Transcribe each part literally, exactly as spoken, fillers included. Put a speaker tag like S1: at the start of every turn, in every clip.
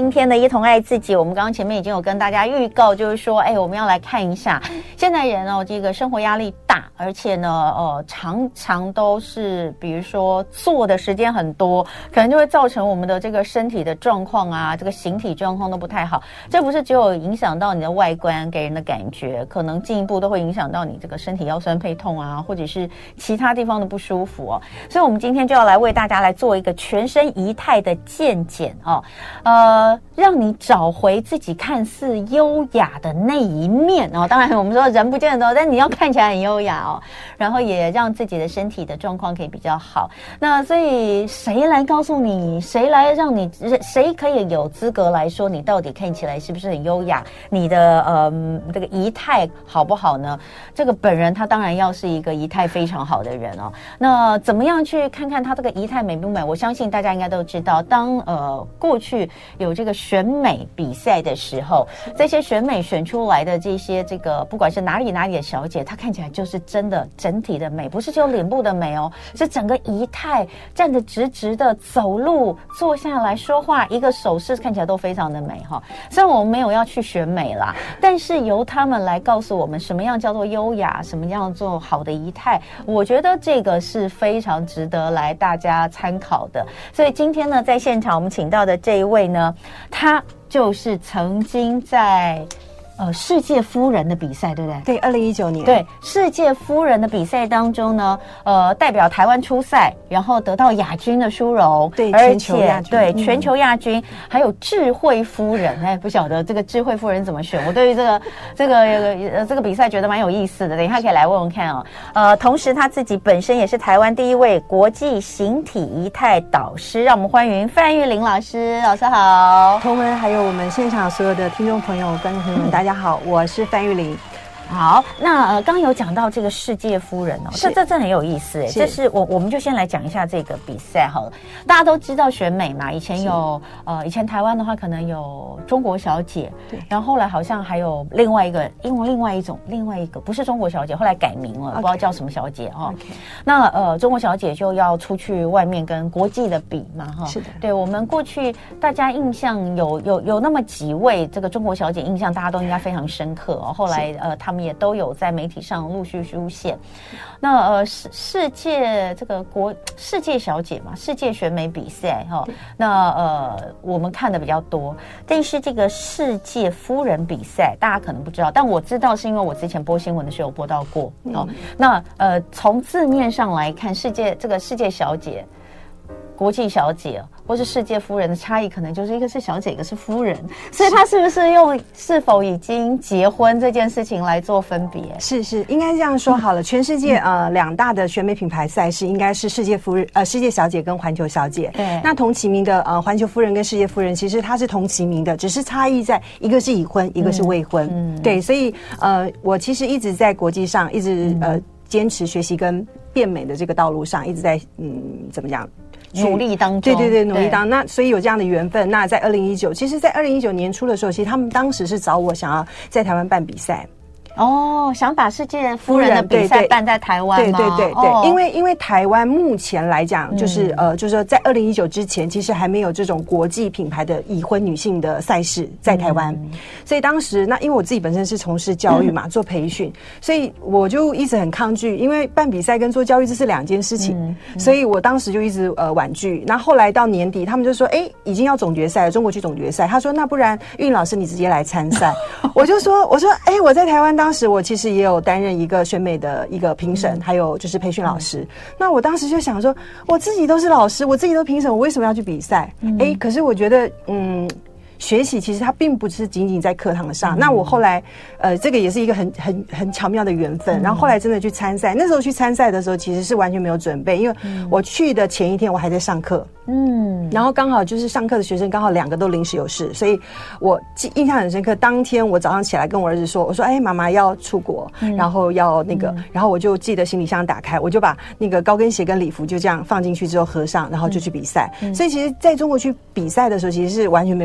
S1: 今天的一同爱自己，我们刚刚前面已经有跟大家预告，就是说，哎，我们要来看一下现代人哦，这个生活压力大，而且呢，呃，常常都是，比如说坐的时间很多，可能就会造成我们的这个身体的状况啊，这个形体状况都不太好。这不是只有影响到你的外观给人的感觉，可能进一步都会影响到你这个身体腰酸背痛啊，或者是其他地方的不舒服哦。所以我们今天就要来为大家来做一个全身仪态的健检哦，呃，让你找回自己看似优雅的那一面哦。当然我们说人不见得，但你要看起来很优雅哦，然后也让自己的身体的状况可以比较好。那所以谁来告诉你，谁来让你，谁可以有资格来说你到底看起来是不是很优雅，你的呃这个仪态好不好呢？这个本人他当然要是一个仪态非常好的人哦。那怎么样去看看他这个仪态美不美？我相信大家应该都知道，当呃过去有这个选美比赛的时候，这些选美选出来的这些这个不管是哪里哪里的小姐，她看起来就是真的整体的美，不是只有脸部的美哦，是整个仪态，站得直直的，走路坐下来说话，一个手势看起来都非常的美哈。虽然我们没有要去选美啦，但是由他们来告诉我们什么样叫做优雅，什么样做好的仪态，我觉得这个是非常值得来大家参考的。所以今天呢，在现场我们请到的这一位呢，他就是曾经在呃世界夫人的比赛，对不对？
S2: 对，二零一九年，
S1: 对世界夫人的比赛当中呢，呃，代表台湾出赛，然后得到亚军的殊荣，
S2: 对，
S1: 而
S2: 全球亚军，
S1: 对、
S2: 嗯、
S1: 全球亚军，还有智慧夫人，哎，不晓得这个智慧夫人怎么选？我对于这个这个呃这个比赛觉得蛮有意思的，等一下可以来问问看哦。呃，同时他自己本身也是台湾第一位国际形体仪态导师，让我们欢迎范玉玲老师，老师好。
S2: 同文还有我们现场所有的听众朋友、观众朋友们，大家好，我是范玉玲。
S1: 好，那呃，刚刚有讲到这个世界夫人哦，这这这很有意思哎，这是我我们就先来讲一下这个比赛好了。大家都知道选美嘛，以前有呃，以前台湾的话可能有中国小姐，对，然后后来好像还有另外一个，因为另外一种另外一个不是中国小姐，后来改名了， okay. 不知道叫什么小姐哈、哦。Okay. 那呃，中国小姐就要出去外面跟国际的比嘛哈。
S2: 是的，
S1: 对我们过去大家印象有有有那么几位这个中国小姐印象大家都应该非常深刻哦。后来呃他们也都有在媒体上陆续出现。那呃世世界这个国世界小姐嘛，世界选美比赛哈、哦，那呃我们看的比较多，但是这个世界夫人比赛大家可能不知道，但我知道是因为我之前播新闻的时候有播到过、嗯、哦。那呃从字面上来看，世界这个世界小姐、国际小姐或是世界夫人的差异，可能就是一个是小姐，一个是夫人，所以她是不是用是否已经结婚这件事情来做分别？
S2: 是是，应该这样说好了。嗯、全世界呃两大的选美品牌赛事应该是世界夫人呃世界小姐跟环球小姐。对，那同齐名的呃环球夫人跟世界夫人，其实它是同齐名的，只是差异在一个是已婚，一个是未婚。嗯，对，所以呃我其实一直在国际上一直、嗯、呃坚持学习跟变美的这个道路上，一直在嗯怎么讲？
S1: 努力当中，
S2: 对对对，努力当那，所以有这样的缘分。那在二零一九，其实，在二零一九年初的时候，其实他们当时是找我想要在台湾办比赛。
S1: 哦，想把世界夫人的比赛办在台湾吗？
S2: 对对对对，哦、因为因为台湾目前来讲，就是、嗯、呃，就是说在二零一九之前，其实还没有这种国际品牌的已婚女性的赛事在台湾，嗯、所以当时那因为我自己本身是从事教育嘛，嗯、做培训，所以我就一直很抗拒，因为办比赛跟做教育这是两件事情，嗯嗯、所以我当时就一直呃婉拒。那后来到年底，他们就说，哎，已经要总决赛了，中国区总决赛，他说那不然韵老师你直接来参赛，我就说我说哎我在台湾当。当时我其实也有担任一个选美的一个评审、嗯、还有就是培训老师、嗯、那我当时就想说我自己都是老师，我自己都评审，我为什么要去比赛？哎、嗯，可是我觉得嗯学习其实它并不是仅仅在课堂上、嗯、那我后来呃这个也是一个很很很巧妙的缘分、嗯、然后后来真的去参赛，那时候去参赛的时候其实是完全没有准备，因为我去的前一天我还在上课，嗯，然后刚好就是上课的学生刚好两个都临时有事，所以我印象很深刻，当天我早上起来跟我儿子说，我说哎妈妈要出国、嗯、然后要那个、嗯、然后我就记得行李箱打开，我就把那个高跟鞋跟礼服就这样放进去之后合上，然后就去比赛、嗯、所以其实在中国去比赛的时候其实是完全没有准备，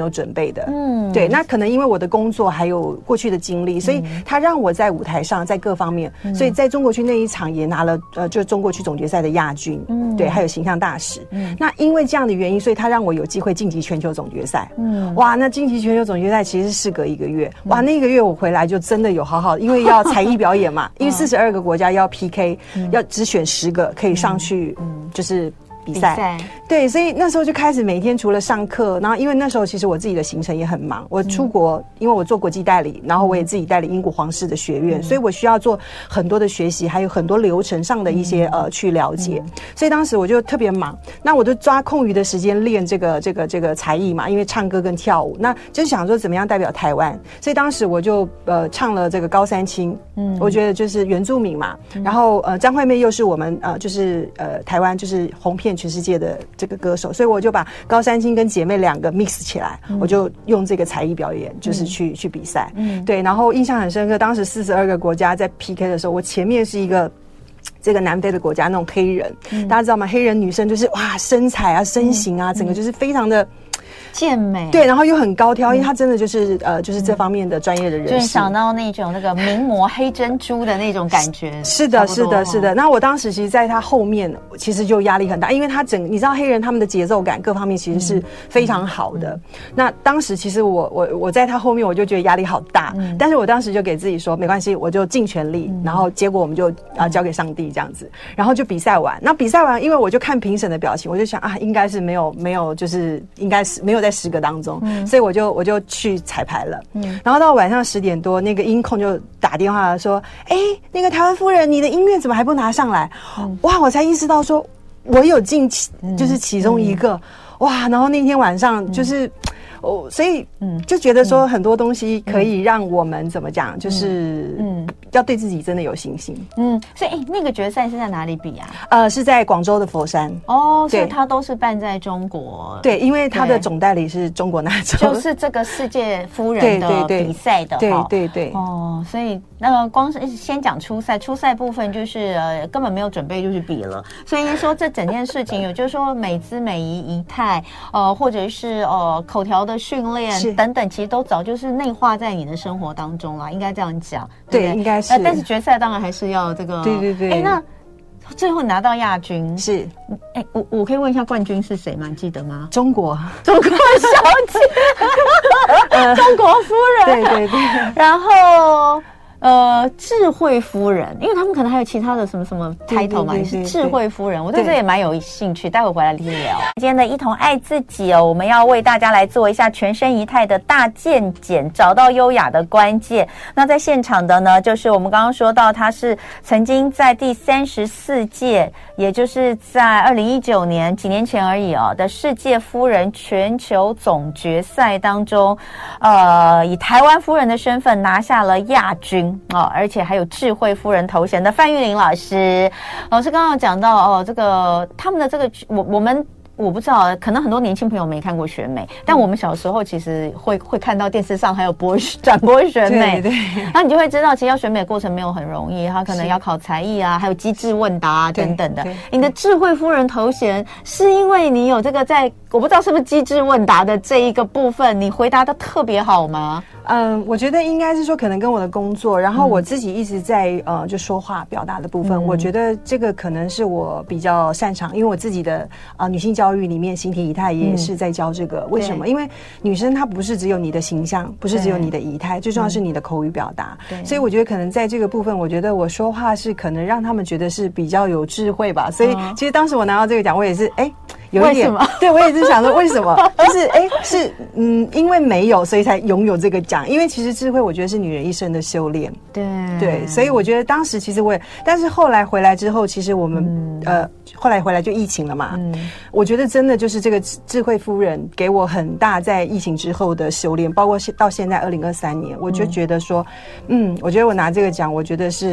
S2: 备的。嗯，对，那可能因为我的工作还有过去的经历，所以他让我在舞台上在各方面，嗯、所以在中国区那一场也拿了呃，就是中国区总决赛的亚军。嗯，对，还有形象大使。嗯，那因为这样的原因，所以他让我有机会晋级全球总决赛。嗯，哇，那晋级全球总决赛其实是事隔一个月。哇，那个月我回来就真的有好好，因为要才艺表演嘛，因为四十二个国家要 P K，、嗯、要只选十个可以上去，嗯，就是比赛。比赛对，所以那时候就开始每天除了上课，然后因为那时候其实我自己的行程也很忙，我出国，嗯、因为我做国际代理，然后我也自己代理英国皇室的学院，嗯、所以我需要做很多的学习，还有很多流程上的一些、嗯、呃去了解，嗯、所以当时我就特别忙，那我就抓空余的时间练这个这个这个才艺嘛，因为唱歌跟跳舞，那就想说怎么样代表台湾，所以当时我就呃唱了这个高山青，嗯，我觉得就是原住民嘛，嗯、然后呃张惠妹又是我们呃就是呃台湾就是红遍全世界的这个歌手，所以我就把高山青跟姐妹两个 mix 起来，嗯、我就用这个才艺表演，就是去、嗯、去比赛。嗯，对，然后印象很深刻，当时四十二个国家在 P K 的时候，我前面是一个这个南非的国家那种黑人，嗯、大家知道吗？黑人女生就是哇身材啊、身形啊，嗯、整个就是非常的
S1: 健美，
S2: 对，然后又很高挑，因为他真的就是呃，就是这方面的专业的人士，
S1: 就是想到那种那个名模黑珍珠的那种感觉。
S2: 是的，是的，是的。那我当时其实在他后面，其实就压力很大，因为他整你知道黑人他们的节奏感各方面其实是非常好的。嗯嗯、那当时其实我我我在他后面，我就觉得压力好大，嗯、但是我当时就给自己说没关系，我就尽全力，嗯、然后结果我们就啊交给上帝这样子，然后就比赛完。那比赛完，因为我就看评审的表情，我就想啊，应该是没有没有，就是应该是没有在十个当中，嗯、所以我就我就去彩排了。嗯，然后到晚上十点多，那个音控就打电话说：“哎，那个台湾夫人，你的音乐怎么还不拿上来？”嗯、哇，我才意识到说，我有进其，就是其中一个。嗯、哇，然后那天晚上就是。嗯哦，所以嗯，就觉得说很多东西可以让我们怎么讲，就是嗯，要对自己真的有信心。
S1: 嗯，所以哎，那个决赛是在哪里比啊？
S2: 呃，是在广州的佛山。
S1: 哦，所以它都是办在中国。
S2: 对，因为它的总代理是中国那州，
S1: 就是这个世界夫人的比赛的。
S2: 对对对。
S1: 哦，所以那个光是先讲初赛，初赛部分就是呃根本没有准备就去比了。所以说这整件事情，也就是说美姿美仪仪态，呃，或者是呃口条的。的训练等等，其实都早就是内化在你的生活当中了，应该这样讲。
S2: 对，对应该是、
S1: 呃。但是决赛当然还是要这个。
S2: 对对对。
S1: 哎，那最后拿到亚军
S2: 是？
S1: 哎，我我可以问一下冠军是谁吗？你记得吗？
S2: 中国，
S1: 中国小姐，呃、中国夫人。
S2: 对对对。
S1: 然后。呃，智慧夫人，因为他们可能还有其他的什么什么 title 嘛，也是智慧夫人，我对这也蛮有兴趣，待会回来聊聊。今天的一同爱自己哦，我们要为大家来做一下全身仪态的大健检，找到优雅的关键。那在现场的呢，就是我们刚刚说到，他是曾经在第三十四届，也就是在二零一九年几年前而已哦的世界夫人全球总决赛当中，呃，以台湾夫人的身份拿下了亚军。哦，而且还有智慧夫人头衔的范玉玲老师，老师刚刚讲到哦，这个他们的这个我我们。我不知道，可能很多年轻朋友没看过选美，但我们小时候其实会会看到电视上还有播转播选美，
S2: 对对，
S1: 那你就会知道，其实要选美的过程没有很容易，他可能要考才艺啊，还有机智问答啊等等的。你的智慧夫人头衔是因为你有这个在，我不知道是不是机智问答的这一个部分，你回答的特别好吗？
S2: 嗯，我觉得应该是说，可能跟我的工作，然后我自己一直在呃就说话表达的部分，嗯、我觉得这个可能是我比较擅长，因为我自己的啊、呃、女性教育里面形体仪态也是在教这个。嗯、为什么？因为女生她不是只有你的形象，不是只有你的仪态，最重要是你的口语表达。对，所以我觉得可能在这个部分，我觉得我说话是可能让他们觉得是比较有智慧吧。所以其实当时我拿到这个奖，我也是哎。欸有一点，对我也是想说为什么？就是哎，是嗯，因为没有，所以才拥有这个奖。因为其实智慧，我觉得是女人一生的修炼。
S1: 对
S2: 对，所以我觉得当时其实我也，但是后来回来之后，其实我们、嗯、呃，后来回来就疫情了嘛。嗯，我觉得真的就是这个智慧夫人给我很大在疫情之后的修炼，包括到现在二零二三年，我就觉得说，嗯，我觉得我拿这个奖，我觉得是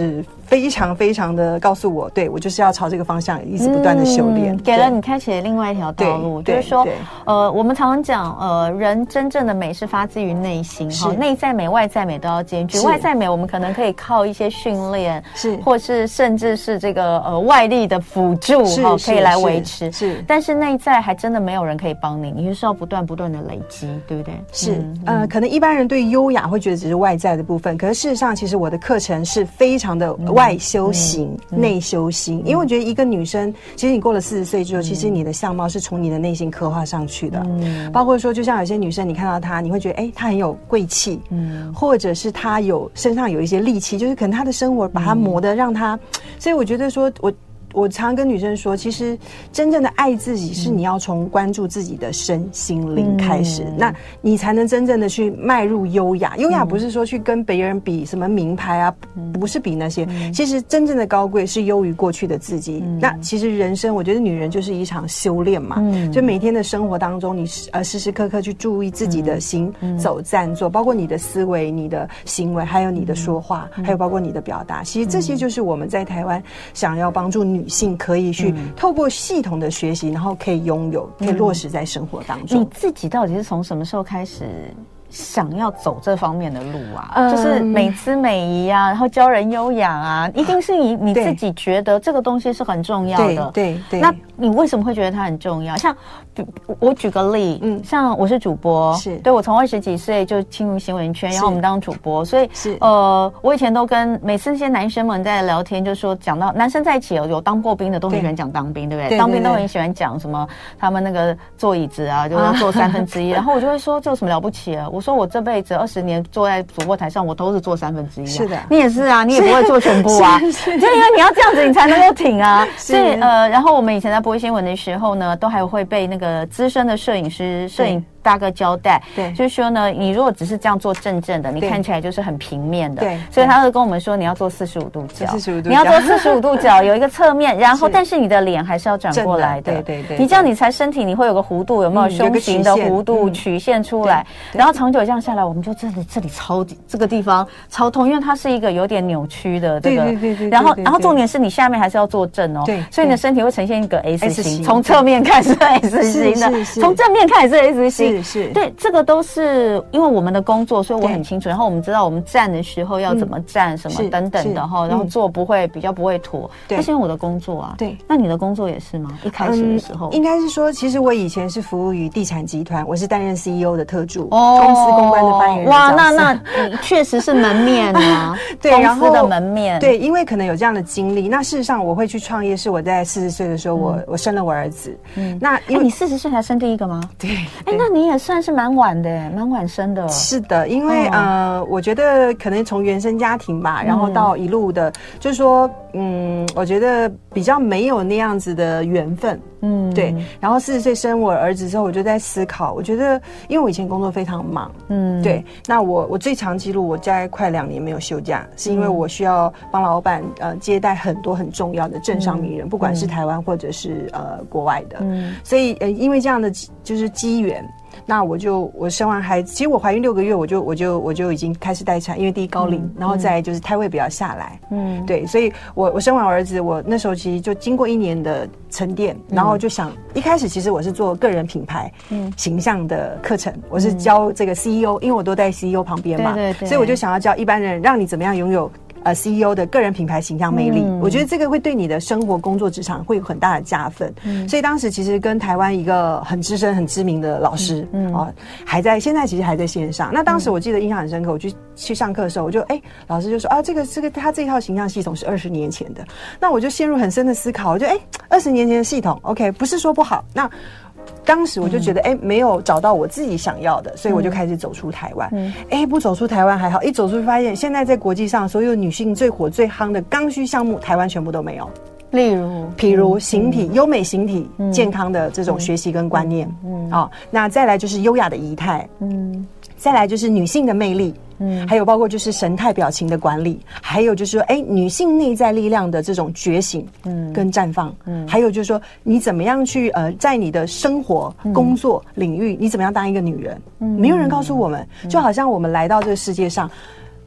S2: 非常非常的告诉我，对我就是要朝这个方向一直不断的修炼、
S1: 嗯，给了你开启了另外一条道路，就是说，呃，我们常常讲，呃，人真正的美是发自于内心，哈，内在美、外在美都要兼具。外在美我们可能可以靠一些训练，是，或是甚至是这个呃外力的辅助，哈，可以来维持。是，但是内在还真的没有人可以帮你，你就是要不断不断的累积，对不对？
S2: 是，嗯、呃，可能一般人对优雅会觉得只是外在的部分，可是事实上，其实我的课程是非常的外修行、嗯、内修心，因为我觉得一个女生，其实你过了四十岁之后，其实你的相貌是从你的内心刻画上去的，嗯，包括说，就像有些女生，你看到她，你会觉得，哎，她很有贵气，嗯，或者是她有身上有一些戾气，就是可能她的生活把她磨得让她，嗯、所以我觉得说，我。我常跟女生说，其实真正的爱自己是你要从关注自己的身心灵开始，嗯、那你才能真正的去迈入优雅。优雅不是说去跟别人比什么名牌啊，嗯、不是比那些。嗯、其实真正的高贵是优于过去的自己。嗯、那其实人生，我觉得女人就是一场修炼嘛，嗯、就每天的生活当中，你呃时时刻刻去注意自己的行、嗯、走站坐，包括你的思维、你的行为，还有你的说话，嗯、还有包括你的表达。其实这些就是我们在台湾想要帮助女。女性可以去透过系统的学习，然后可以拥有，可以落实在生活当中。
S1: 你自己到底是从什么时候开始想要走这方面的路啊？嗯、就是美姿美仪啊，然后教人优雅啊，一定是你你自己觉得这个东西是很重要的。
S2: 对 对, 对。
S1: 那你为什么会觉得它很重要？像我举个例，嗯，像我是主播，是对我从二十几岁就进入新闻圈，然后我们当主播，所以是呃，我以前都跟每次那些男生们在聊天，就说讲到男生在一起有有当过兵的都很喜欢讲当兵，对不对？对当兵都很喜欢讲什么他们那个坐椅子啊，就是坐三分之一，然后我就会说这有什么了不起啊？我说我这辈子二十年坐在主播台上，我都是坐三分之一、啊，是的，你也是啊，你也不会做全部啊，就因为你要这样子，你才能够挺啊。所以呃，然后我们以前在播新闻的时候呢，都还会被那个资深的摄影师、摄影大哥交代，对，就是说呢，你如果只是这样做正正的，你看起来就是很平面的，对，所以他会跟我们说，你要做四十五度角，四十五度，你要做四十五度角，有一个侧面，然后但是你的脸还是要转过来的，对对对，你这样你才身体你会有个弧度，有没有胸型的弧度曲线出来？然后长久这样下来，我们就这里这里超这个地方超痛，因为它是一个有点扭曲的这个，对对对，然后然后重点是你下面还是要做正哦，对，所以你的身体会呈现一个 S 型，从侧面看是 S 型的，从正面看也是 S 型。是是，对，这个都是因为我们的工作，所以我很清楚。然后我们知道我们站的时候要怎么站，什么等等的哈，然后坐不会比较不会驼。这是因为我的工作啊。对，那你的工作也是吗？一开始的时候，
S2: 应该是说，其实我以前是服务于地产集团，我是担任 C E O 的特助，公司公关的发言人。
S1: 哇，那那你确实是门面啊，对，公司的门面。
S2: 对，因为可能有这样的经历。那事实上，我会去创业，是我在四十岁的时候，我我生了我儿子。嗯，那
S1: 哎，你四十岁才生第一个吗？
S2: 对，
S1: 哎，那你也算是蛮晚的，蛮晚生的。
S2: 是的，因为、哦、呃，我觉得可能从原生家庭吧，然后到一路的，嗯、就是说，嗯，我觉得比较没有那样子的缘分。嗯，对。然后四十岁生我儿子之后，我就在思考，我觉得，因为我以前工作非常忙，嗯，对。那我我最长记录，我大概快两年没有休假，是因为我需要帮老板呃接待很多很重要的政商名人，嗯、不管是台湾或者是呃国外的。嗯，所以呃，因为这样的就是机缘。那我就我生完孩子，其实我怀孕六个月，我就我就我就已经开始待产，因为第一高龄，嗯、然后再来就是胎位比较下来，嗯，对，所以我我生完儿子，我那时候其实就经过一年的沉淀，然后就想、嗯、一开始其实我是做个人品牌、嗯、形象的课程，我是教这个 C E O，、嗯、因为我都在 C E O 旁边嘛，对对对，所以我就想要教一般人，让你怎么样拥有。呃 ，C E O 的个人品牌形象魅力、嗯，我觉得这个会对你的生活、工作、职场会有很大的加分。嗯，所以当时其实跟台湾一个很资深、很知名的老师，嗯，哦、呃，还在现在其实还在线上。那当时我记得印象很深刻，我去去上课的时候，我就哎、欸，老师就说啊，这个这个他这套形象系统是二十年前的。那我就陷入很深的思考，我就哎，二、欸、十年前的系统 ，OK， 不是说不好，那。当时我就觉得，哎、欸，没有找到我自己想要的，所以我就开始走出台湾。嗯，哎、欸，不走出台湾还好，一走出发现，现在在国际上所有女性最火最夯的刚需项目，台湾全部都没有。
S1: 例如，
S2: 譬如形体、优、嗯、美形体、嗯、健康的这种学习跟观念，嗯，哦，那再来就是优雅的仪态，嗯，再来就是女性的魅力。嗯，还有包括就是神态表情的管理，还有就是说，哎，女性内在力量的这种觉醒，嗯，跟绽放，嗯，还有就是说，你怎么样去呃，在你的生活、嗯、工作领域，你怎么样当一个女人？嗯，没有人告诉我们，就好像我们来到这个世界上。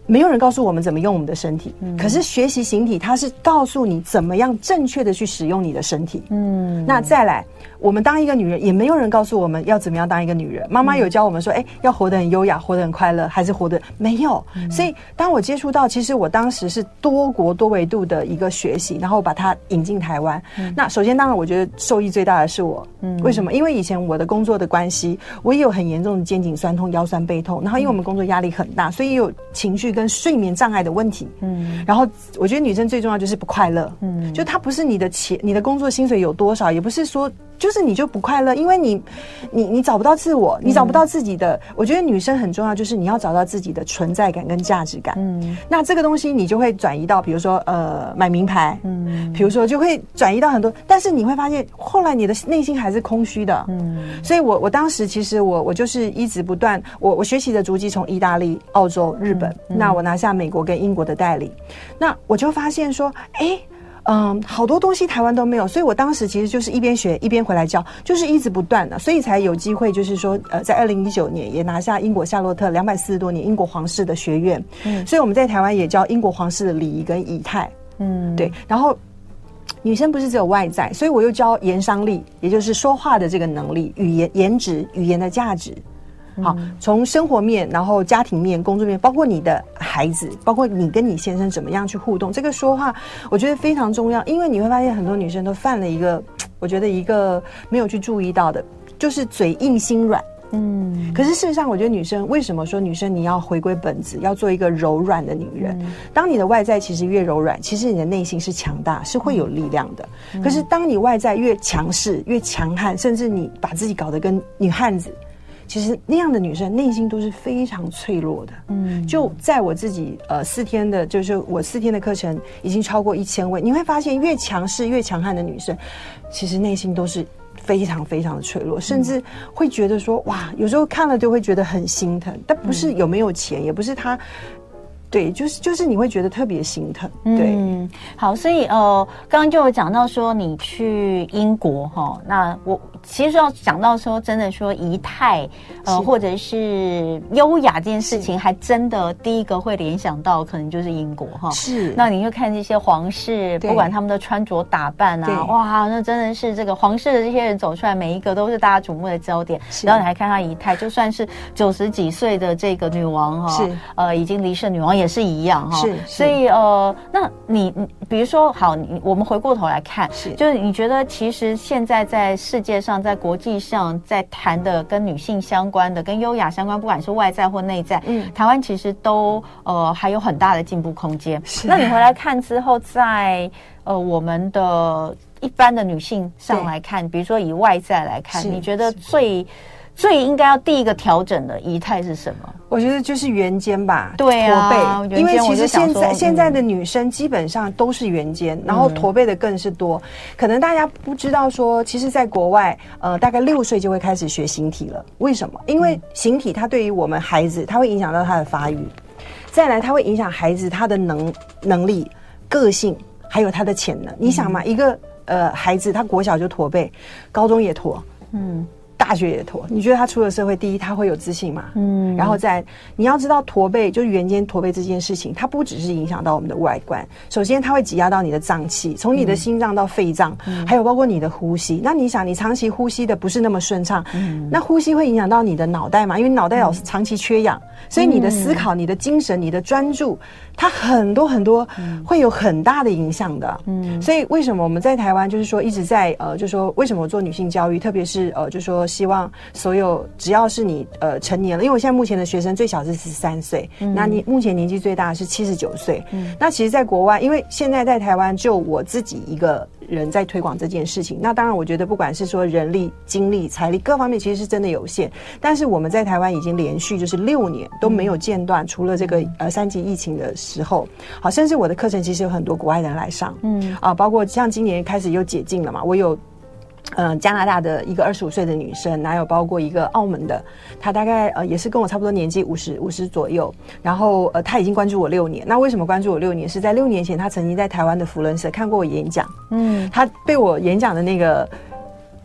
S2: 没有人告诉我们怎么用我们的身体，
S1: 嗯、
S2: 可是学习形体它是告诉你怎么样正确的去使用你的身体。嗯，那再来，我们当一个女人，也没有人告诉我们要怎么样当一个女人。妈妈有教我们说，哎、欸，要活得很优雅，活得很快乐，还是活得没有、嗯。所以当我接触到，其实我当时是多国多维度的一个学习，然后把它引进台湾。嗯、那首先，当然我觉得受益最大的是我。嗯，为什么？因为以前我的工作的关系，我也有很严重的肩颈酸痛、腰酸背痛，然后因为我们工作压力很大，所以也有情绪跟睡眠障碍的问题。嗯，然后我觉得女生最重要就是不快乐。嗯，就它不是你的钱，你的工作薪水有多少，也不是说就是你就不快乐，因为你你你找不到自我，你找不到自己的。嗯、我觉得女生很重要，就是你要找到自己的存在感跟价值感。嗯，那这个东西你就会转移到，比如说呃买名牌，嗯，比如说就会转移到很多，但是你会发现后来你的内心还是空虚的。嗯，所以我我当时其实我我就是一直不断，我我学习的足迹从意大利、澳洲、日本，嗯、那我拿下美国跟英国的代理，那我就发现说，哎。嗯，好多东西台湾都没有，所以我当时其实就是一边学一边回来教，就是一直不断的，所以才有机会，就是说，呃，在二零一九年也拿下英国夏洛特两百四十多年英国皇室的学院，嗯，所以我们在台湾也教英国皇室的礼仪跟仪态，嗯，对，然后女生不是只有外在，所以我又教言商力，也就是说话的这个能力，语言颜值，语言的价值。好，从生活面，然后家庭面、工作面，包括你的孩子，包括你跟你先生怎么样去互动，这个说话我觉得非常重要，因为你会发现很多女生都犯了一个，我觉得一个没有去注意到的，就是嘴硬心软。嗯，可是事实上，我觉得女生为什么说女生你要回归本质，要做一个柔软的女人？嗯、当你的外在其实越柔软，其实你的内心是强大，是会有力量的。嗯、可是当你外在越强势、越强悍，甚至你把自己搞得跟女汉子。其实那样的女生内心都是非常脆弱的。嗯，就在我自己呃四天的，就是我四天的课程已经超过一千位，你会发现越强势越强悍的女生，其实内心都是非常非常的脆弱，甚至会觉得说哇，有时候看了就会觉得很心疼，但不是有没有钱，也不是她。对，就是就是你会觉得特别心疼。对，
S1: 嗯，好，所以呃，刚刚就有讲到说你去英国哈，那我其实要讲到说真的说仪态呃或者是优雅这件事情，还真的第一个会联想到可能就是英国哈。是，那你会看这些皇室，不管他们的穿着打扮啊，哇，那真的是这个皇室的这些人走出来，每一个都是大家瞩目的焦点。然后你还看他仪态，就算是九十几岁的这个女王哈，是呃已经离世女王也。也是一样哈，是，所以呃，那你比如说好，你我们回过头来看，是，就是你觉得其实现在在世界上，在国际上，在谈的跟女性相关的、跟优雅相关，不管是外在或内在，嗯，台湾其实都呃还有很大的进步空间。那你回来看之后，在呃我们的一般的女性上来看，比如说以外在来看，你觉得最最应该要第一个调整的仪态是什么？
S2: 我觉得就是圆肩吧，
S1: 对啊，
S2: 驼背，因为其实现在、嗯、现在的女生基本上都是圆肩，然后驼背的更是多。嗯、可能大家不知道说，其实在国外，呃，大概六岁就会开始学形体了。为什么？因为形体它对于我们孩子，它会影响到他的发育，再来它会影响孩子他的能能力、个性，还有他的潜能。你想嘛，嗯、一个呃孩子他国小就驼背，高中也驼，嗯。大学也驼，你觉得他出了社会，第一他会有自信吗？嗯，然后再你要知道驼背就是圆肩驼背这件事情，它不只是影响到我们的外观，首先它会挤压到你的脏器，从你的心脏到肺脏，嗯、还有包括你的呼吸。那你想，你长期呼吸的不是那么顺畅，嗯、那呼吸会影响到你的脑袋嘛？因为脑袋有长期缺氧，嗯、所以你的思考、你的精神、你的专注，它很多很多会有很大的影响的。嗯，所以为什么我们在台湾就是说一直在呃，就说为什么我做女性教育，特别是呃，就说。希望所有只要是你呃成年了，因为我现在目前的学生最小是十三岁，嗯、那你目前年纪最大的是七十九岁。嗯、那其实，在国外，因为现在在台湾就我自己一个人在推广这件事情，那当然我觉得不管是说人力、精力、财力各方面，其实是真的有限。但是我们在台湾已经连续就是六年都没有间断，嗯、除了这个呃三级疫情的时候，好，甚至我的课程其实有很多国外人来上，嗯啊，包括像今年开始又解禁了嘛，我有。呃，加拿大的一个二十五岁的女生，还有包括一个澳门的，她大概呃也是跟我差不多年纪，五十五十左右。然后呃，她已经关注我六年。那为什么关注我六年？是在六年前，她曾经在台湾的福伦社看过我演讲。嗯，她被我演讲的那个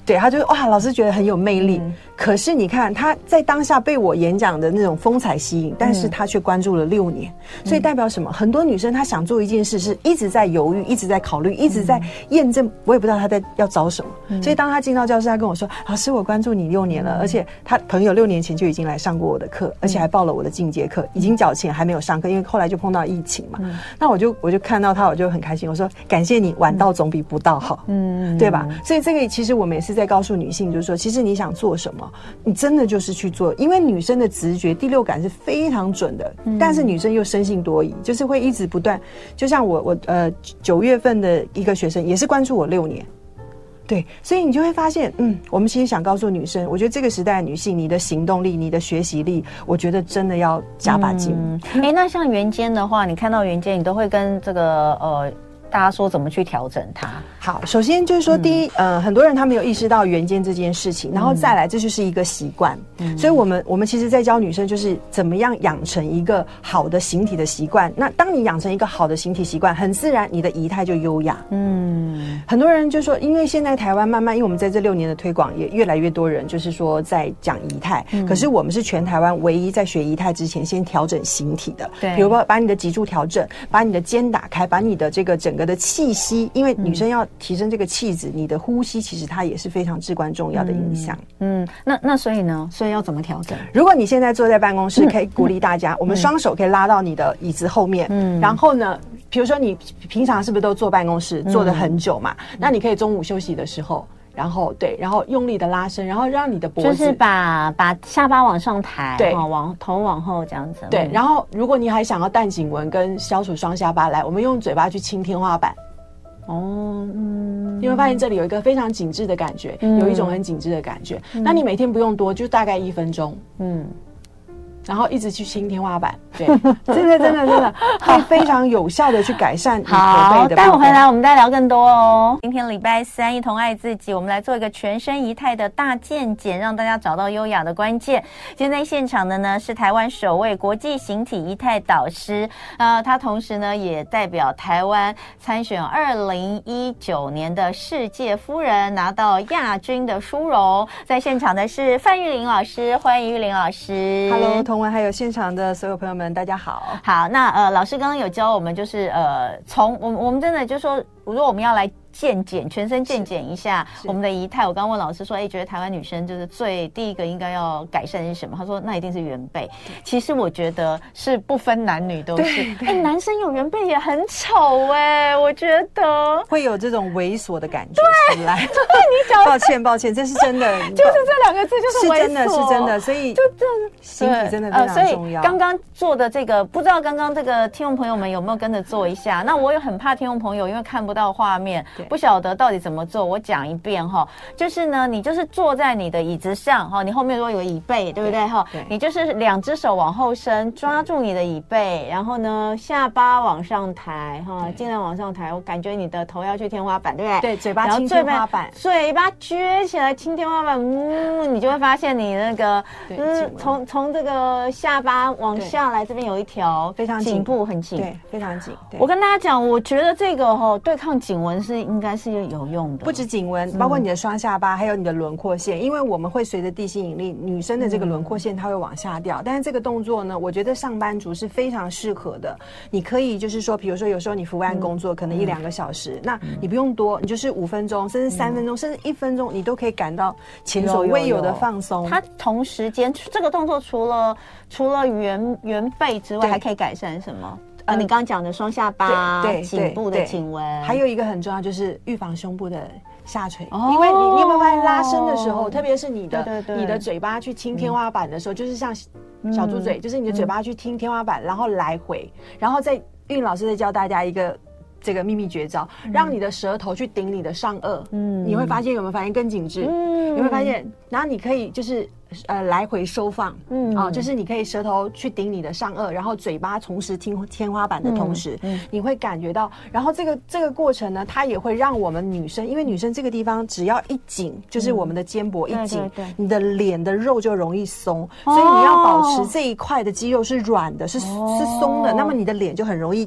S2: 对，他就哇，老师觉得很有魅力。嗯、可是你看他在当下被我演讲的那种风采吸引，但是他却关注了六年，嗯、所以代表什么？很多女生她想做一件事，是一直在犹豫，一直在考虑，一直在验证，我也不知道她在要找什么。嗯、所以当她进到教室，她跟我说：“老师，我关注你六年了，嗯、而且她朋友六年前就已经来上过我的课，而且还报了我的进阶课，已经缴钱还没有上课，因为后来就碰到疫情嘛。嗯、那我就我就看到她，我就很开心，我说感谢你，晚到总比不到好，嗯，对吧？所以这个其实我们也是在告诉女性，就是说，其实你想做什么，你真的就是去做，因为女生的直觉、第六感是非常准的，嗯、但是女生又生性多疑，就是会一直不断。就像我我呃九月份的一个学生也是关注我六年。对，所以你就会发现，嗯，我们其实想告诉女生，我觉得这个时代的女性，你的行动力、你的学习力，我觉得真的要加把劲。
S1: 哎、嗯，那像圆肩的话，你看到圆肩，你都会跟这个呃。大家说怎么去调整它？
S2: 好，首先就是说，第一，嗯、呃，很多人他没有意识到圆肩这件事情，然后再来，这就是一个习惯。嗯、所以我们我们其实在教女生，就是怎么样养成一个好的形体的习惯。那当你养成一个好的形体习惯，很自然，你的仪态就优雅。嗯，很多人就说，因为现在台湾慢慢，因为我们在这六年的推广，也越来越多人就是说在讲仪态。嗯、可是我们是全台湾唯一在学仪态之前先调整形体的。对，比如说把你的脊柱调整，把你的肩打开，把你的这个整个的气息，因为女生要提升这个气质，嗯、你的呼吸其实它也是非常至关重要的影响。
S1: 嗯，嗯那那所以呢，所以要怎么调整？
S2: 如果你现在坐在办公室，嗯、可以鼓励大家，嗯、我们双手可以拉到你的椅子后面，嗯，然后呢，比如说你平常是不是都坐办公室，嗯、坐得很久嘛？嗯、那你可以中午休息的时候。然后对，然后用力的拉伸，然后让你的脖子
S1: 就是把把下巴往上抬，对，往头往后这样子。
S2: 对，然后如果你还想要淡颈纹跟消除双下巴，来，我们用嘴巴去亲天花板。哦，嗯，你会发现这里有一个非常紧致的感觉，嗯、有一种很紧致的感觉。嗯、那你每天不用多，就大概一分钟。嗯。然后一直去亲天花板，对，真的真的真的会非常有效的去改善你驼背的部分。好，
S1: 待会回来我们再聊更多哦。今天礼拜三，一同爱自己，我们来做一个全身仪态的大健检，让大家找到优雅的关键。今天在现场的呢是台湾首位国际形体仪态导师，呃，他同时呢也代表台湾参选二零一九年的世界夫人，拿到亚军的殊荣。在现场的是范玉玲老师，欢迎玉玲老师。
S2: Hello， 同还有现场的所有朋友们，大家好。
S1: 好，那呃，老师刚刚有教我们，就是呃，从我们我们真的就说，如果我们要来健检，全身健检一下我们的仪态。我刚问老师说，哎，觉得台湾女生就是最第一个应该要改善是什么？他说，那一定是圆背。其实我觉得是不分男女都是。哎，男生有圆背也很丑哎、欸，我觉得
S2: 会有这种猥琐的感觉出来。对，你讲，抱歉抱歉，这是真的，
S1: 就是这两个字就是猥琐，
S2: 是真的是真的，所以就这形体真的非常重要。
S1: 呃、刚刚做的这个，不知道刚刚这个听众朋友们有没有跟着做一下？那我也很怕听众朋友因为看不到画面。不晓得到底怎么做，我讲一遍哈。就是呢，你就是坐在你的椅子上哈，你后面如果有椅背，对不对哈？你就是两只手往后伸，抓住你的椅背，然后呢，下巴往上抬哈，尽量往上抬。我感觉你的头要去天花板，对不对？
S2: 对，嘴巴亲天花板，
S1: 嘴巴撅起来亲天花板，嗯，你就会发现你那个嗯，从从这个下巴往下来，这边有一条
S2: 非常
S1: 颈部很紧，
S2: 对，非常紧。
S1: 我跟大家讲，我觉得这个哈对抗颈纹是应该是有用的，
S2: 不止颈纹，包括你的双下巴，还有你的轮廓线，因为我们会随着地心引力，女生的这个轮廓线它会往下掉。但是这个动作呢，我觉得上班族是非常适合的。你可以就是说，比如说有时候你伏案工作，可能一两个小时，那你不用多，你就是五分钟，甚至三分钟，甚至一分钟，你都可以感到前所未有的放松。
S1: 它同时间这个动作除了除了圆圆背之外，还可以改善什么？呃，你刚刚讲的双下巴、颈部的颈纹，
S2: 还有一个很重要就是预防胸部的下垂，哦、因为你你有没有发现拉伸的时候，特别是你的对对对你的嘴巴去亲天花板的时候，嗯、就是像小猪嘴，嗯、就是你的嘴巴去听天花板，嗯、然后来回，然后再韵老师再教大家一个。这个秘密绝招，让你的舌头去顶你的上颚，嗯，你会发现有没有发现更紧致？嗯，你会发现，然后你可以就是呃来回收放，嗯啊、哦，就是你可以舌头去顶你的上颚，然后嘴巴同时听天花板的同时，嗯，嗯你会感觉到，然后这个这个过程呢，它也会让我们女生，因为女生这个地方只要一紧，就是我们的肩膊一紧，嗯、对对对你的脸的肉就容易松，哦、所以你要保持这一块的肌肉是软的，是、哦、是松的，那么你的脸就很容易。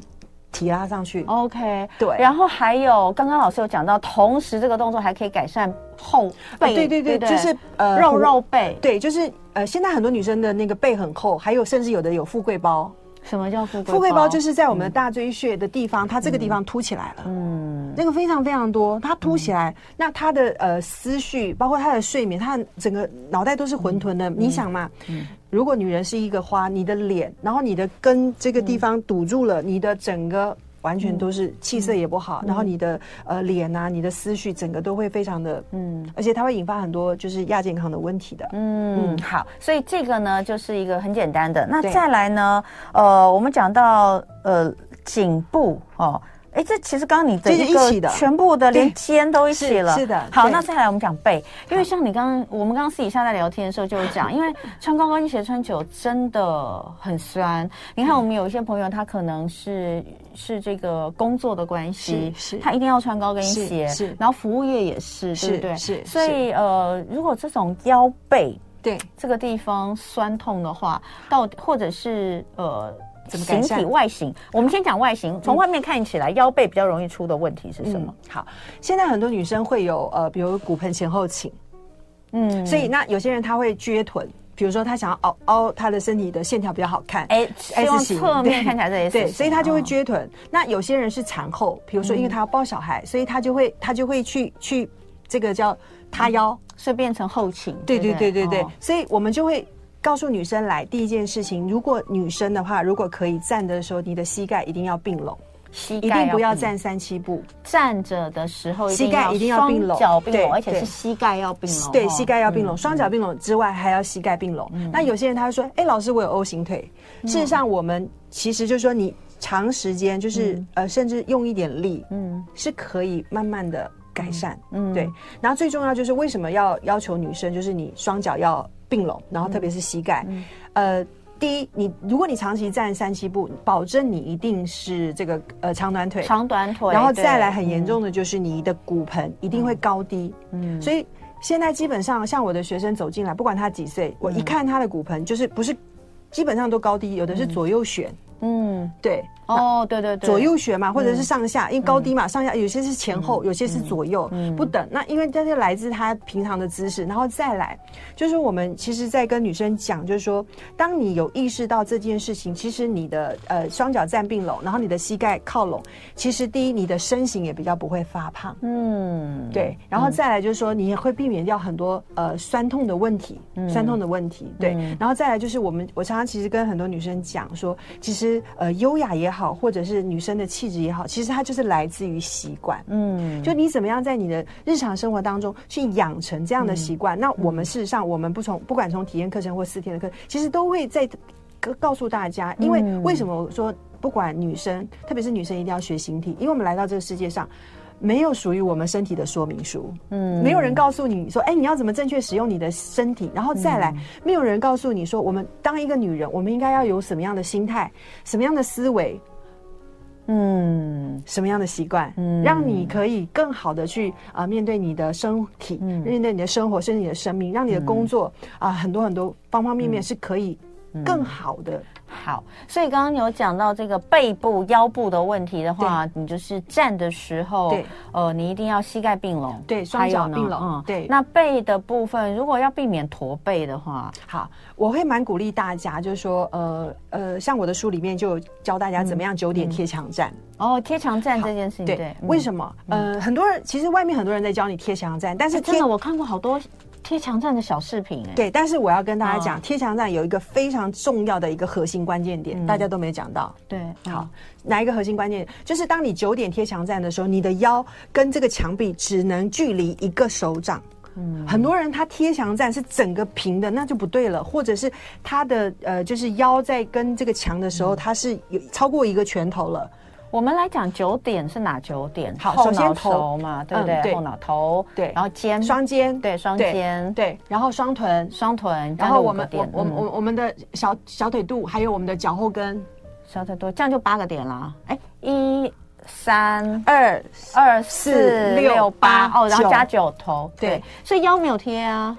S2: 提拉上去。
S1: OK，
S2: 对。
S1: 然后还有刚刚老师有讲到，同时这个动作还可以改善后背，
S2: 呃、对对对，
S1: 对对
S2: 就是呃
S1: 肉肉背，
S2: 对，就是呃现在很多女生的那个背很厚，还有甚至有的有富贵包。
S1: 什么叫富贵包？
S2: 富贵包就是在我们的大椎穴的地方，嗯、它这个地方凸起来了，嗯，那个非常非常多，它凸起来，嗯、那它的呃思绪，包括它的睡眠，它的整个脑袋都是混沌的。嗯、你想嘛，嗯、如果女人是一个花，你的脸，然后你的根这个地方堵住了，嗯、你的整个完全都是气色也不好，嗯、然后你的呃脸啊，你的思绪整个都会非常的，嗯，而且它会引发很多就是亚健康的问题的。
S1: 嗯，嗯好，所以这个呢就是一个很简单的。那再来呢，呃，我们讲到呃颈部哦。哎，这其实刚刚你的一个全部的连肩都一起了，
S2: 是的。
S1: 好，那再来我们讲背，因为像你刚刚我们刚刚私底下在聊天的时候就有讲，因为穿高跟鞋穿久真的很酸。你看我们有一些朋友，他可能是是这个工作的关系，
S2: 是
S1: 他一定要穿高跟鞋，
S2: 是，
S1: 然后服务业也是，对不对？
S2: 是，
S1: 所以呃，如果这种腰背
S2: 对
S1: 这个地方酸痛的话，到或者是呃。
S2: 形
S1: 体外形，我们先讲外形。从外面看起来，腰背比较容易出的问题是什么？
S2: 嗯、好，现在很多女生会有呃，比如骨盆前后倾，嗯，所以那有些人他会撅臀，比如说他想要凹凹他的身体的线条比较好看，
S1: 哎 ，S 型，侧面看起来是 S 型，
S2: 对，所以他就会撅臀。哦、那有些人是产后，比如说因为他要抱小孩，嗯、所以他就会他就会去去这个叫塌腰，
S1: 所以变成后倾。
S2: 对对对对对，哦、所以我们就会。告诉女生来，第一件事情，如果女生的话，如果可以站的时候，你的膝盖一定要并拢，
S1: 膝盖
S2: 一定不要站三七步。
S1: 站着的时候，
S2: 膝盖一定要并拢，
S1: 双脚并拢，而且是膝盖要并拢。
S2: 对，膝盖要并拢，双脚并拢之外，还要膝盖并拢。嗯、那有些人他会说：“哎，老师，我有 O 型腿。嗯”事实上，我们其实就是说，你长时间就是、嗯、呃，甚至用一点力，嗯，是可以慢慢的改善。嗯，对。然后最重要就是为什么要要求女生，就是你双脚要并拢，然后特别是膝盖，嗯、呃，第一，你如果你长期站三七步，保证你一定是这个呃长短腿，
S1: 长短腿，
S2: 然后再来很严重的就是你的骨盆一定会高低，嗯，所以现在基本上像我的学生走进来，不管他几岁，嗯、我一看他的骨盆就是不是基本上都高低，有的是左右旋，嗯，对。
S1: 哦，对对对，
S2: 左右旋嘛，或者是上下，嗯、因为高低嘛，上下有些是前后，嗯、有些是左右，嗯、不等。那因为这是来自他平常的姿势，然后再来，就是我们其实，在跟女生讲，就是说，当你有意识到这件事情，其实你的呃双脚站并拢，然后你的膝盖靠拢，其实第一，你的身形也比较不会发胖，嗯，对。然后再来就是说，你也会避免掉很多呃酸痛的问题，嗯、酸痛的问题，对。嗯、然后再来就是我们，我常常其实跟很多女生讲说，其实呃优雅也好。好，或者是女生的气质也好，其实它就是来自于习惯。嗯，就你怎么样在你的日常生活当中去养成这样的习惯。嗯、那我们事实上，我们不从不管从体验课程或四天的课，其实都会在告诉大家，因为为什么我说不管女生，特别是女生一定要学形体，因为我们来到这个世界上。没有属于我们身体的说明书，嗯，没有人告诉你说，哎，你要怎么正确使用你的身体，然后再来，嗯、没有人告诉你说，我们当一个女人，我们应该要有什么样的心态，什么样的思维，嗯，什么样的习惯，嗯，让你可以更好的去啊、呃、面对你的身体，嗯、面对你的生活，甚至你的生命，让你的工作啊、嗯呃、很多很多方方面面是可以更好的。嗯
S1: 好，所以刚刚有讲到这个背部、腰部的问题的话，你就是站的时候，对，呃，你一定要膝盖并拢，
S2: 对，双脚并拢，嗯，对。
S1: 那背的部分，如果要避免驼背的话，
S2: 好，我会蛮鼓励大家，就是说，呃呃，像我的书里面就有教大家怎么样九点贴墙站。
S1: 嗯、哦，贴墙站这件事情，对，对
S2: 嗯、为什么？呃，很多人其实外面很多人在教你贴墙站，但是
S1: 真的我看过好多。贴墙站的小视频，哎，
S2: 对，但是我要跟大家讲，贴墙站有一个非常重要的一个核心关键点，嗯、大家都没讲到。
S1: 对，
S2: 好，哪一个核心关键点？就是当你九点贴墙站的时候，你的腰跟这个墙壁只能距离一个手掌。嗯，很多人他贴墙站是整个平的，那就不对了，或者是他的呃，就是腰在跟这个墙的时候，他是有超过一个拳头了。
S1: 我们来讲九点是哪九点？
S2: 好，首先头
S1: 嘛，对不对？嗯、对后脑头，
S2: 对，
S1: 然后肩，
S2: 双肩，
S1: 对，双肩，
S2: 对，然后双臀，
S1: 双臀，
S2: 然后我们我我我我们的小小腿肚，还有我们的脚后跟，
S1: 小腿肚，这样就八个点啦。哎，一、三、
S2: 二、
S1: 二、四、六、八，哦，然后加九头，对，所以腰没有贴啊。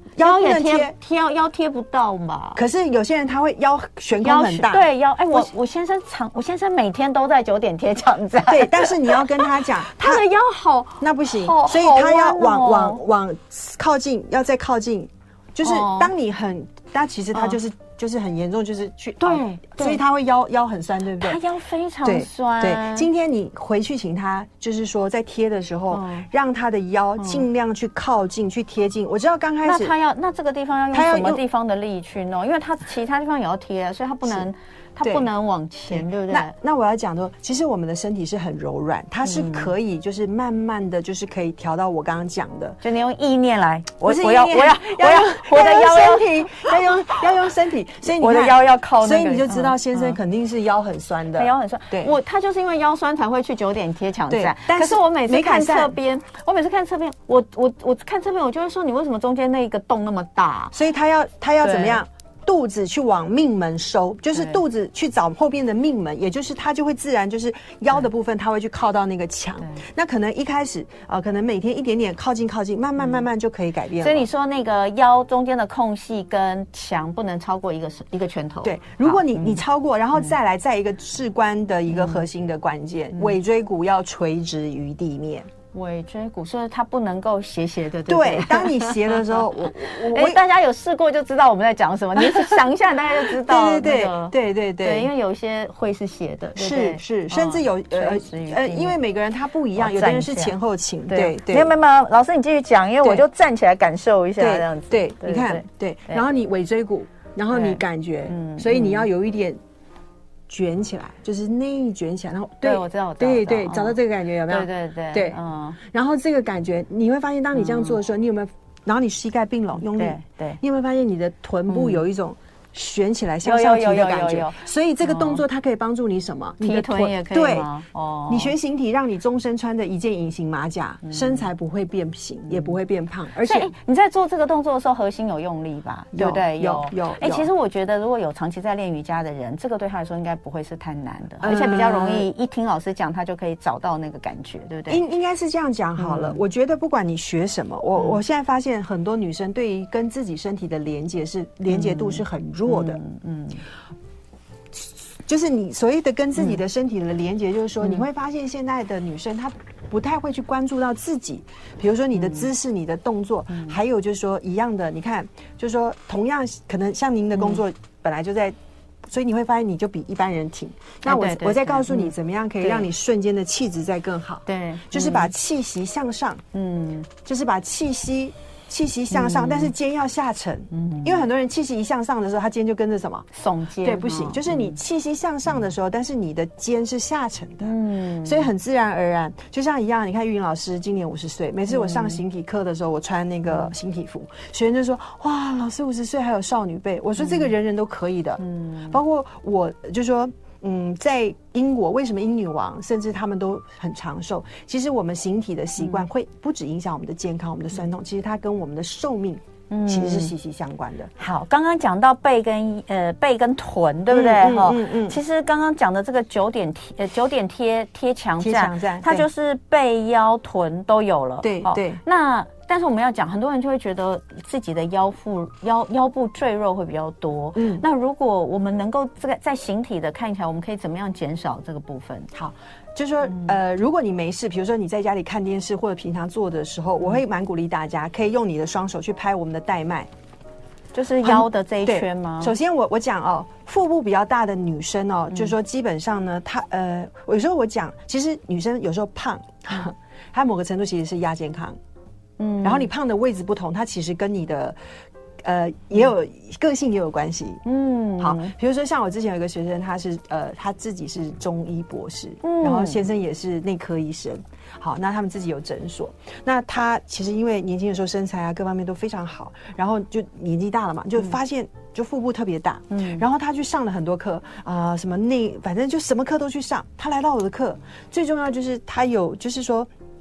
S2: 腰不
S1: 也
S2: 能贴，
S1: 贴腰腰贴不到嘛。
S2: 可是有些人他会腰悬空很大，
S1: 对腰，哎，我我先生常，我先生每天都在九点贴墙站，
S2: 对，但是你要跟他讲，
S1: 他的腰好，
S2: 那不行，
S1: 好
S2: 所以他要往、
S1: 哦、
S2: 往往靠近，要再靠近，就是当你很，但、哦、其实他就是。哦就是很严重，就是去
S1: 对、
S2: 哦，所以他会腰腰很酸，对不对？
S1: 他腰非常酸。
S2: 对，对今天你回去请他，就是说在贴的时候，嗯、让他的腰尽量去靠近，嗯、去贴近。我知道刚开始，
S1: 那他要那这个地方要用什么地方的力去弄？因为他其他地方也要贴，所以他不能。它不能往前， 对, 对不对？
S2: 那那我要讲说，其实我们的身体是很柔软，它是可以就是慢慢的就是可以调到我刚刚讲的，
S1: 就你用意念来，
S2: 我
S1: 我要我要我要我的腰
S2: 身体要用要用身体，所以你
S1: 我的腰要靠那个，
S2: 所以你就知道先生肯定是腰很酸的，
S1: 他腰很酸。
S2: 对，
S1: 我他就是因为腰酸才会去九点贴墙站，可是我每次看侧边，我每次看侧边，我我我看侧边，我就会说你为什么中间那个洞那么大？
S2: 所以他要他要怎么样？肚子去往命门收，就是肚子去找后边的命门，也就是它就会自然就是腰的部分，它会去靠到那个墙。那可能一开始啊、呃，可能每天一点点靠近靠近，慢慢慢慢就可以改变了。
S1: 所以你说那个腰中间的空隙跟墙不能超过一个一个拳头。
S2: 对，如果你你超过，然后再来再一个至关的一个核心的关键，嗯、尾椎骨要垂直于地面。
S1: 尾椎骨，所以它不能够斜斜的，对
S2: 不对？对，当你斜的时候，我我、欸、
S1: 大家有试过就知道我们在讲什么。你想一下，大家就知道。
S2: 对对对、
S1: 那個、
S2: 对对对
S1: 对，因为有一些会是斜的，对對
S2: 是是，甚至有、哦、呃呃，因为每个人他不一样，有的人是前后倾，对对。
S1: 没有没有没有，老师你继续讲，因为我就站起来感受一下这样子。
S2: 对，對對你看对，然后你尾椎骨，然后你感觉，嗯，所以你要有一点。卷起来，就是内卷起来，然后
S1: 对, 對我知道，
S2: 对对，找到这个感觉有没有？
S1: 对对对
S2: 对，嗯。然后这个感觉，你会发现，当你这样做的时候，嗯、你有没有？然后你膝盖并拢，用力，
S1: 对对，
S2: 你有没有发现你的臀部有一种？悬起来向上提的感觉，所以这个动作它可以帮助你什么？
S1: 提臀也可以吗？
S2: 对，哦，你学形体，让你终身穿的一件隐形马甲，嗯、身材不会变形，也不会变胖，而且
S1: 你在做这个动作的时候，核心有用力吧？对不对？
S2: 有有。
S1: 哎，其实我觉得，如果有长期在练瑜伽的人，这个对他来说应该不会是太难的，而且比较容易一听老师讲，他就可以找到那个感觉，对不对？
S2: 应应该是这样讲好了。嗯、我觉得不管你学什么，我、嗯、我现在发现很多女生对于跟自己身体的连接是连接度是很弱的，嗯。嗯就是你所谓的跟自己的身体的连结，就是说你会发现现在的女生她不太会去关注到自己，比如说你的姿势、你的动作，还有就是说一样的，你看，就是说同样可能像您的工作本来就在，所以你会发现你就比一般人挺。那我我再告诉你怎么样可以让你瞬间的气质再更好，
S1: 对，
S2: 就是把气息向上，嗯，就是把气息。气息向上，嗯、但是肩要下沉，嗯，因为很多人气息一向上的时候，他肩就跟着什么
S1: 耸肩，
S2: 对，不行，哦、就是你气息向上的时候，嗯、但是你的肩是下沉的，嗯，所以很自然而然，就像一样，你看玉云老师今年五十岁，每次我上形体课的时候，我穿那个形体服，嗯、学员就说：“哇，老师五十岁还有少女背。”我说：“这个人人都可以的，嗯，包括我就说。”嗯，在英国，为什么英女王甚至他们都很长寿？其实我们形体的习惯会不只影响我们的健康、我们的酸痛，其实它跟我们的寿命其实是息息相关的。
S1: 好，刚刚讲到背跟呃背跟臀，对不对？哈、嗯，嗯嗯。其实刚刚讲的这个九点贴呃九点贴贴墙站，它就是背腰臀都有了。
S2: 对对。
S1: 那但是我们要讲，很多人就会觉得自己的腰腹腰腰部赘肉会比较多。嗯，那如果我们能够这个在形体的看起来，我们可以怎么样减少这个部分？
S2: 好，就是说，嗯、呃，如果你没事，比如说你在家里看电视或者平常做的时候，嗯、我会蛮鼓励大家可以用你的双手去拍我们的带脉，
S1: 就是腰的这一圈吗？
S2: 首先我我讲哦，腹部比较大的女生哦，嗯、就是说基本上呢，她呃，有时候我讲，其实女生有时候胖，嗯、她某个程度其实是亚健康。嗯，然后你胖的位置不同，它其实跟你的，呃，也有、嗯、个性也有关系。嗯，好，比如说像我之前有一个学生，他是呃他自己是中医博士，嗯、然后先生也是内科医生。好，那他们自己有诊所。那他其实因为年轻的时候身材啊各方面都非常好，然后就年纪大了嘛，就发现就腹部特别大。嗯，然后他去上了很多课啊、呃，什么内反正就什么课都去上。他来到我的课，最重要就是他有就是说。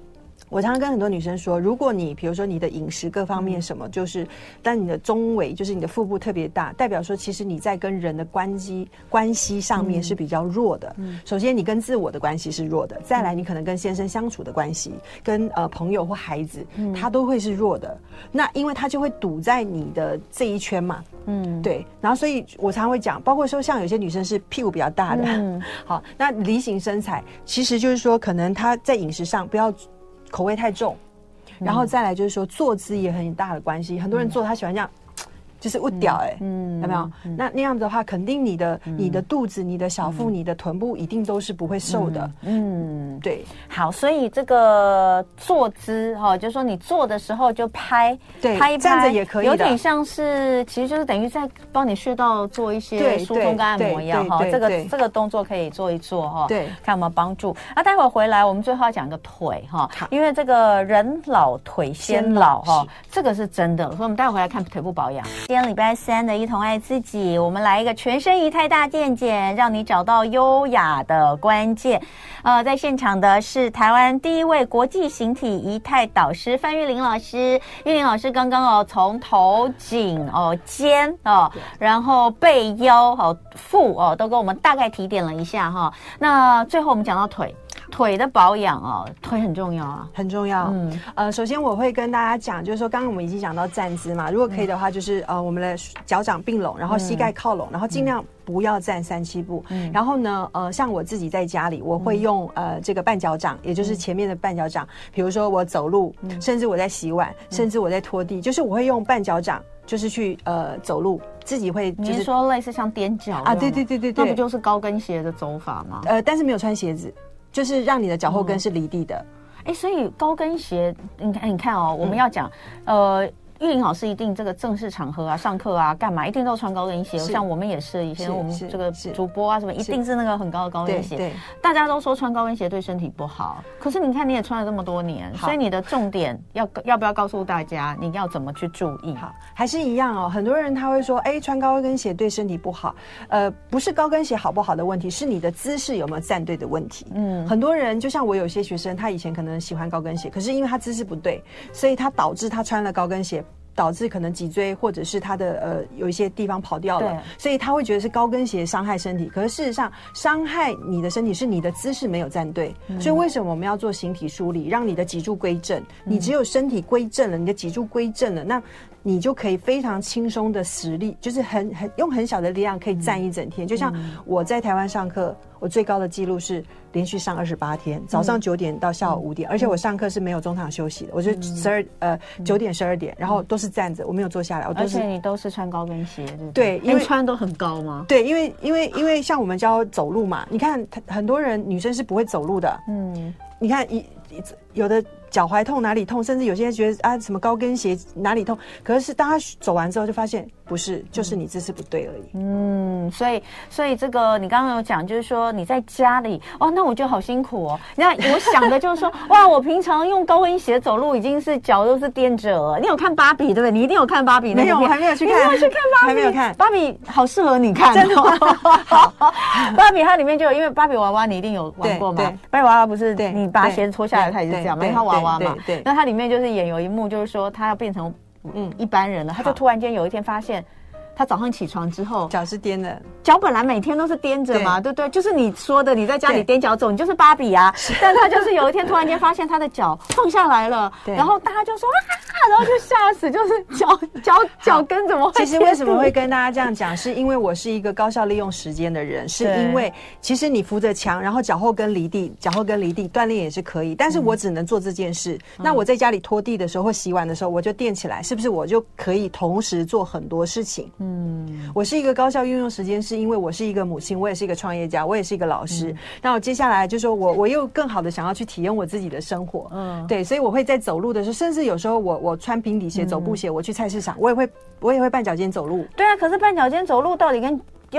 S2: 我常常跟很多女生说，如果你比如说你的饮食各方面什么，就是，但你的中围就是你的腹部特别大，代表说其实你在跟人的关系关系上面是比较弱的。嗯，首先你跟自我的关系是弱的，再来你可能跟先生相处的关系，跟呃朋友或孩子，嗯，他都会是弱的。那因为他就会堵在你的这一圈嘛。嗯，对。然后所以我常常会讲，包括说像有些女生是屁股比较大的，嗯，好，那梨形身材，其实就是说可能她在饮食上不要口味太重，然后再来就是说坐姿也很大的关系，很多人坐他喜欢这样。就是误屌哎，嗯，有没有？嗯、那那样子的话，肯定你的、嗯、你的肚子、你的小腹、嗯、你的臀部一定都是不会瘦的。嗯，嗯对。
S1: 好，所以这个坐姿哈、哦，就是说你坐的时候就拍，
S2: 对，
S1: 拍一拍，
S2: 站着也可以的，
S1: 有点像是，其实就是等于在帮你穴道做一些疏通跟按摩一样哈。这个这个动作可以做一做哈，
S2: 对，看
S1: 有没有帮助。那待会儿回来，我们最后要讲一个腿哈，因为这个人老腿先老哈，这个是真的。所以我们待会回来看腿部保养。今天礼拜三的一同爱自己，我们来一个全身仪态大健检，让你找到优雅的关键。呃，在现场的是台湾第一位国际形体仪态导师范玉玲老师。玉玲老师刚刚哦，从头颈哦、肩哦，然后背腰哦、腹哦，都跟我们大概提点了一下哈、哦。那最后我们讲到腿。腿的保养哦，腿很重要啊，
S2: 很重要。嗯，呃，首先我会跟大家讲，就是说，刚刚我们已经讲到站姿嘛，如果可以的话，就是呃，我们的脚掌并拢，然后膝盖靠拢，然后尽量不要站三七步。嗯，然后呢，呃，像我自己在家里，我会用呃这个半脚掌，也就是前面的半脚掌，比如说我走路，甚至我在洗碗，甚至我在拖地，就是我会用半脚掌。就是去呃走路，自己会就是
S1: 你说类似像踮脚啊，
S2: 对对对对对，
S1: 那不就是高跟鞋的走法吗？
S2: 呃，但是没有穿鞋子，就是让你的脚后跟是离地的。
S1: 哎、嗯，所以高跟鞋，你看你看哦，我们要讲、嗯、呃。玉玲老师一定这个正式场合啊、上课啊、干嘛一定都穿高跟鞋，像我们也是，以前我们这个主播啊什么，一定是那个很高的高跟鞋。对，大家都说穿高跟鞋对身体不好，可是你看你也穿了这么多年，所以你的重点要要不要告诉大家，你要怎么去注意？
S2: 好，还是一样哦。很多人他会说，哎，穿高跟鞋对身体不好。呃，不是高跟鞋好不好的问题，是你的姿势有没有站对的问题。嗯，很多人就像我有些学生，他以前可能喜欢高跟鞋，可是因为他姿势不对，所以他导致他穿了高跟鞋。导致可能脊椎或者是他的呃有一些地方跑掉了，所以他会觉得是高跟鞋伤害身体。可是事实上，伤害你的身体是你的姿势没有站对。嗯、所以为什么我们要做形体梳理，让你的脊柱归正？你只有身体归正了，你的脊柱归正了，那你就可以非常轻松的实力，就是很很用很小的力量可以站一整天。就像我在台湾上课，我最高的记录是连续上二十八天，早上九点到下午五点，而且我上课是没有中场休息的，我就十二呃九点十二点，然后都是站着，我没有坐下来，我都是。
S1: 而且你都是穿高跟鞋，对不
S2: 对？
S1: 对，因为穿都很高吗？
S2: 对，因为因为因为像我们教走路嘛，你看很多人女生是不会走路的，嗯，你看一有的。脚踝痛哪里痛，甚至有些人觉得啊什么高跟鞋哪里痛，可是当他走完之后就发现不是，就是你姿势不对而已。嗯，
S1: 所以所以这个你刚刚有讲，就是说你在家里哦，那我觉得好辛苦哦。那我想的就是说，哇，我平常用高跟鞋走路已经是脚都是踮着了。你有看芭比对不对？你一定有看芭比那个片。
S2: 没有，我还没有去看。
S1: 你没有去看芭比？
S2: 还没有看。
S1: 芭比好适合你看，
S2: 真的吗？
S1: 好，芭比它里面就有，因为芭比娃娃你一定有玩过嘛。芭比娃娃不是你把鞋子脱下来，它也是这样嘛，因为它娃娃嘛。对。它里面就是演有一幕，就是说他要变成嗯一般人了，他就突然间有一天发现，他早上起床之后
S2: 脚是踮的，
S1: 脚本来每天都是踮着嘛， 对, 对不对？就是你说的，你在家里踮脚走，你就是芭比啊。但他就是有一天突然间发现他的脚放下来了，然后大家就说啊，然后就吓死，就是脚脚脚跟怎么会？
S2: 其实为什么会跟大家这样讲，是因为我是一个高效利用时间的人，是因为其实你扶着墙，然后脚后跟离地，脚后跟离地锻炼也是可以，但是我只能做这件事。嗯、那我在家里拖地的时候或洗碗的时候，我就垫起来，是不是我就可以同时做很多事情？嗯，我是一个高效运用时间，是因为我是一个母亲，我也是一个创业家，我也是一个老师。嗯、那我接下来就说我我又更好的想要去体验我自己的生活。嗯，对，所以我会在走路的时候，甚至有时候我我穿平底鞋、走步鞋，我去菜市场，我也会我也会半脚尖走路。
S1: 对啊，可是半脚尖走路到底跟用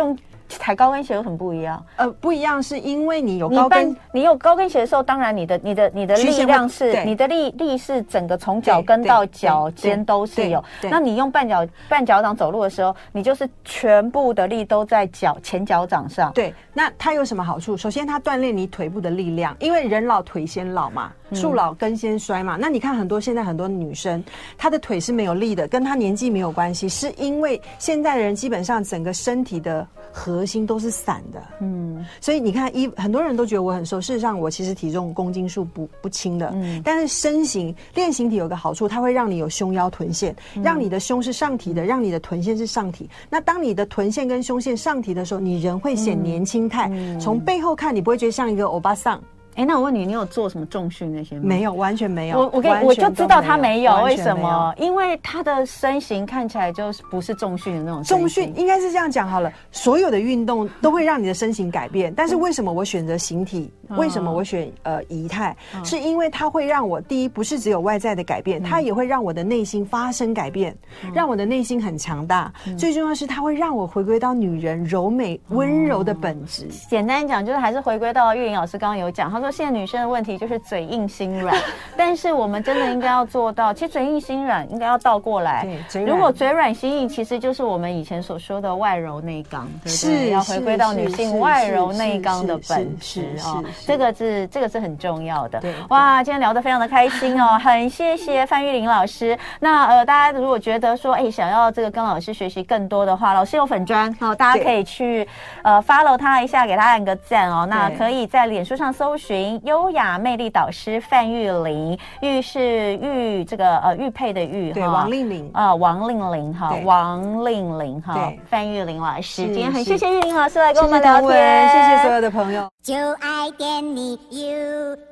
S1: 踩高跟鞋有什么不一样？
S2: 呃，不一样是因为你有高跟，
S1: 你有高跟鞋的时候，当然你的你的你的力量是你的力力是整个从脚跟到脚尖都是有。那你用半脚半脚掌走路的时候，你就是全部的力都在脚前脚掌上。
S2: 对，那它有什么好处？首先，它锻炼你腿部的力量，因为人老腿先老嘛，树老根先衰嘛。嗯、那你看很多现在很多女生，她的腿是没有力的，跟她年纪没有关系，是因为现在人基本上整个身体的核心都是散的。嗯，所以你看，一很多人都觉得我很瘦，事实上我其实体重公斤数不不轻的。嗯，但是身形练形体有个好处，它会让你有胸腰臀线，嗯、让你的胸是上提的，让你的臀线是上提。那当你的臀线跟胸线上提的时候，你人会显年轻态。从、嗯、背后看，你不会觉得像一个欧巴桑。
S1: 哎，那我问你，你有做什么重训那些吗？
S2: 没有，完全没有。
S1: 我我跟我就知道他没有，为什么？因为他的身形看起来就是不是重训的那种身形。
S2: 重训应该是这样讲好了，所有的运动都会让你的身形改变，但是为什么我选择形体？嗯、为什么我选呃仪态？嗯、是因为它会让我第一不是只有外在的改变，嗯、它也会让我的内心发生改变，嗯、让我的内心很强大。嗯、最重要是它会让我回归到女人柔美温柔的本质。
S1: 嗯、简单讲就是还是回归到玉玲老师刚刚有讲，他说现在女生的问题就是嘴硬心软，但是我们真的应该要做到，其实嘴硬心软应该要倒过来。对，如果嘴软心硬，其实就是我们以前所说的外柔内刚，对不对？要回归到女性外柔内刚的本质哦，这个是这个是很重要的。哇，今天聊得非常的开心哦，很谢谢范玉玲老师。那呃，大家如果觉得说，哎，想要这个跟老师学习更多的话，老师有粉专哦，大家可以去呃 follow 他一下，给他按个赞哦。那可以在脸书上搜寻优雅魅力导师范玉玲，玉是玉这个呃玉佩的玉，
S2: 对，王令玲
S1: 啊、呃，王令玲哈，王令玲哈，范玉玲老师，今天很谢谢玉玲老师来跟我们聊天，
S2: 谢谢所有的朋友，
S3: 就爱点你 U。